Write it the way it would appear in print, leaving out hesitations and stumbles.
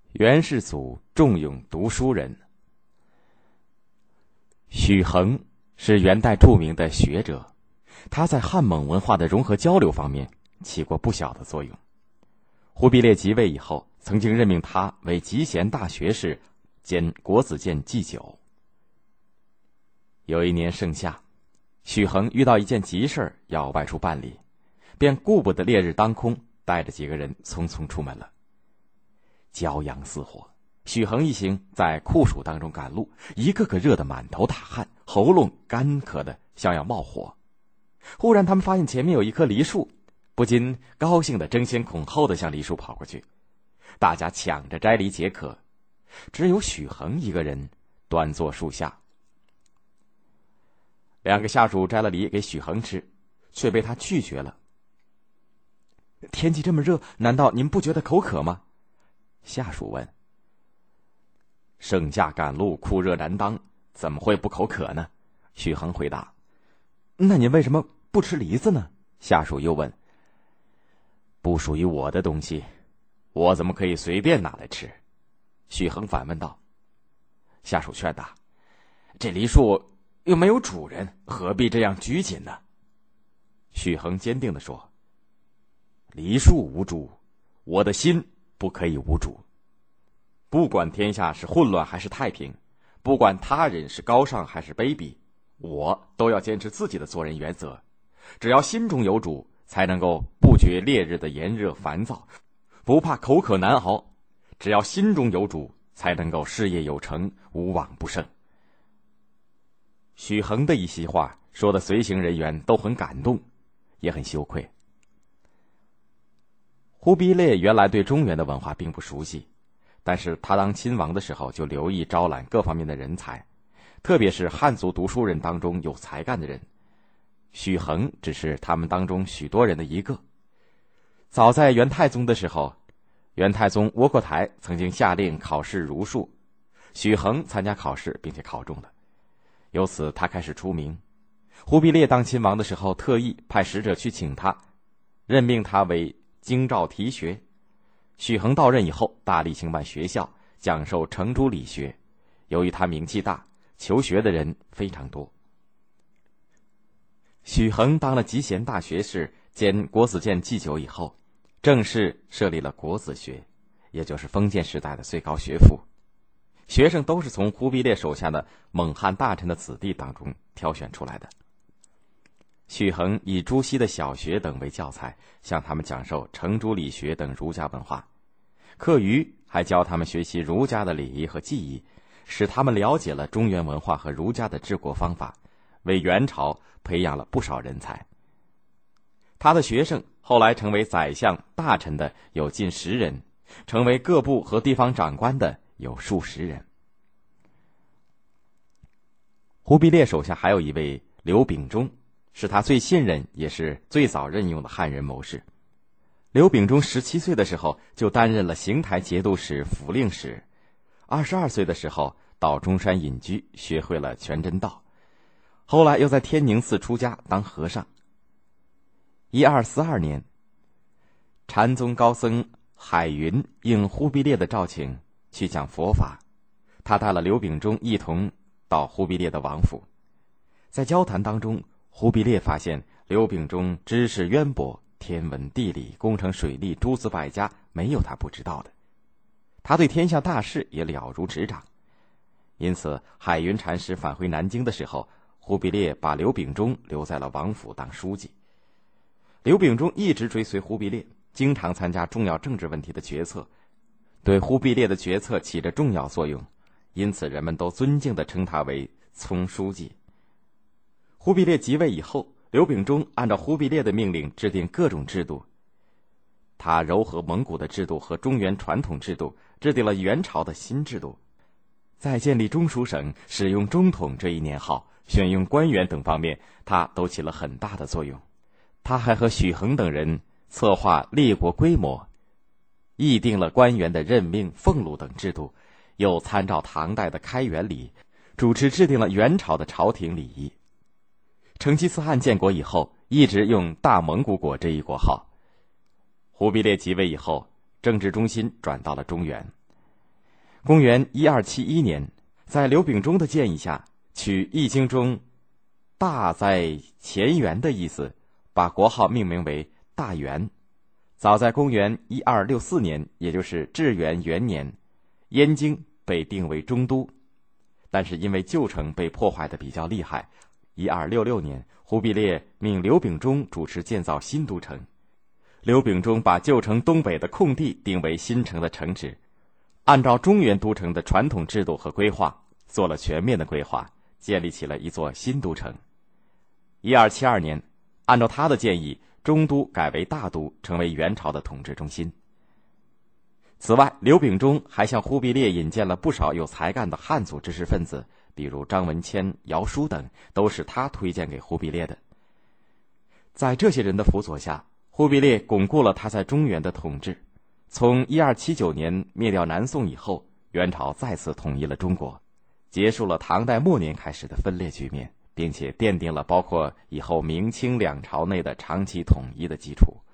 元世祖重用读书人。许衡是元代著名的学者，他在汉蒙文化的融合交流方面起过不小的作用。忽必烈即位以后，曾经任命他为集贤大学士兼国子监祭酒。有一年盛夏，许衡遇到一件急事要外出办理，便顾不得烈日当空，带着几个人匆匆出门了。骄阳似火，许衡一行在酷暑当中赶路，一个个热得满头大汗，喉咙干渴的像要冒火。忽然他们发现前面有一棵梨树，不禁高兴的争先恐后的向梨树跑过去，大家抢着摘梨解渴，只有许衡一个人端坐树下。两个下属摘了梨给许衡吃，却被他拒绝了。天气这么热，难道您不觉得口渴吗？下属问。盛夏赶路，酷热难当，怎么会不口渴呢？许衡回答。那您为什么不吃梨子呢？下属又问。不属于我的东西，我怎么可以随便拿来吃？许衡反问道。下属劝答。这梨树又没有主人，何必这样拘谨呢？许衡坚定地说。梨树无主，我的心不可以无主。不管天下是混乱还是太平，不管他人是高尚还是卑鄙，我都要坚持自己的做人原则。只要心中有主，才能够不觉烈日的炎热烦躁，不怕口渴难熬。只要心中有主，才能够事业有成，无往不胜。许衡的一席话说的随行人员都很感动，也很羞愧。忽必烈原来对中原的文化并不熟悉，但是他当亲王的时候就留意招揽各方面的人才，特别是汉族读书人当中有才干的人。许衡只是他们当中许多人的一个。早在元太宗的时候，元太宗窝阔台曾经下令考试儒术，许衡参加考试并且考中了，由此他开始出名。忽必烈当亲王的时候，特意派使者去请他，任命他为京兆提学。许衡到任以后，大力兴办学校，讲授程朱理学。由于他名气大，求学的人非常多。许衡当了集贤大学士兼国子监祭酒以后，正式设立了国子学，也就是封建时代的最高学府。学生都是从忽必烈手下的蒙汉大臣的子弟当中挑选出来的。许衡以朱熹的小学等为教材，向他们讲授程朱理学等儒家文化。课余还教他们学习儒家的礼仪和技艺，使他们了解了中原文化和儒家的治国方法，为元朝培养了不少人才。他的学生后来成为宰相、大臣的有近10人，成为各部和地方长官的有数十人。忽必烈手下还有一位刘秉忠，是他最信任也是最早任用的汉人谋士。刘秉忠17岁的时候就担任了邢台节度使、府令使，22岁的时候到中山隐居，学会了全真道，后来又在天宁寺出家当和尚。1242年，禅宗高僧海云应忽必烈的召请去讲佛法，他带了刘秉忠一同到忽必烈的王府。在交谈当中，忽必烈发现刘秉忠知识渊博，天文地理、工程水利、诸子百家没有他不知道的，他对天下大事也了如指掌。因此海云禅师返回南京的时候，忽必烈把刘秉忠留在了王府当书记。刘秉忠一直追随忽必烈，经常参加重要政治问题的决策，对忽必烈的决策起着重要作用，因此人们都尊敬地称他为聪书记。忽必烈即位以后，刘秉忠按照忽必烈的命令制定各种制度。他糅合蒙古的制度和中原传统制度，制定了元朝的新制度。在建立中书省、使用中统这一年号、选用官员等方面，他都起了很大的作用。他还和许衡等人策划列国规模，议定了官员的任命、俸禄等制度，又参照唐代的开元礼，主持制定了元朝的朝廷礼仪。成吉思汗建国以后，一直用大蒙古国这一国号。忽必烈即位以后，政治中心转到了中原。 公元1271年，在刘秉忠的建议下，取《易经》中“大在乾元”的意思，把国号命名为大元。早在公元1264年，也就是至元元年，燕京被定为中都，但是因为旧城被破坏的比较厉害，1266年，忽必烈命刘秉忠主持建造新都城。刘秉忠把旧城东北的空地定为新城的城址，按照中原都城的传统制度和规划，做了全面的规划，建立起了一座新都城。1272年，按照他的建议，中都改为大都，成为元朝的统治中心。此外，刘秉忠还向忽必烈引荐了不少有才干的汉族知识分子，比如张文谦、姚舒等，都是他推荐给忽必烈的。在这些人的辅佐下，忽必烈巩固了他在中原的统治。从1279年灭掉南宋以后，元朝再次统一了中国，结束了唐代末年开始的分裂局面，并且奠定了包括以后明清两朝内的长期统一的基础。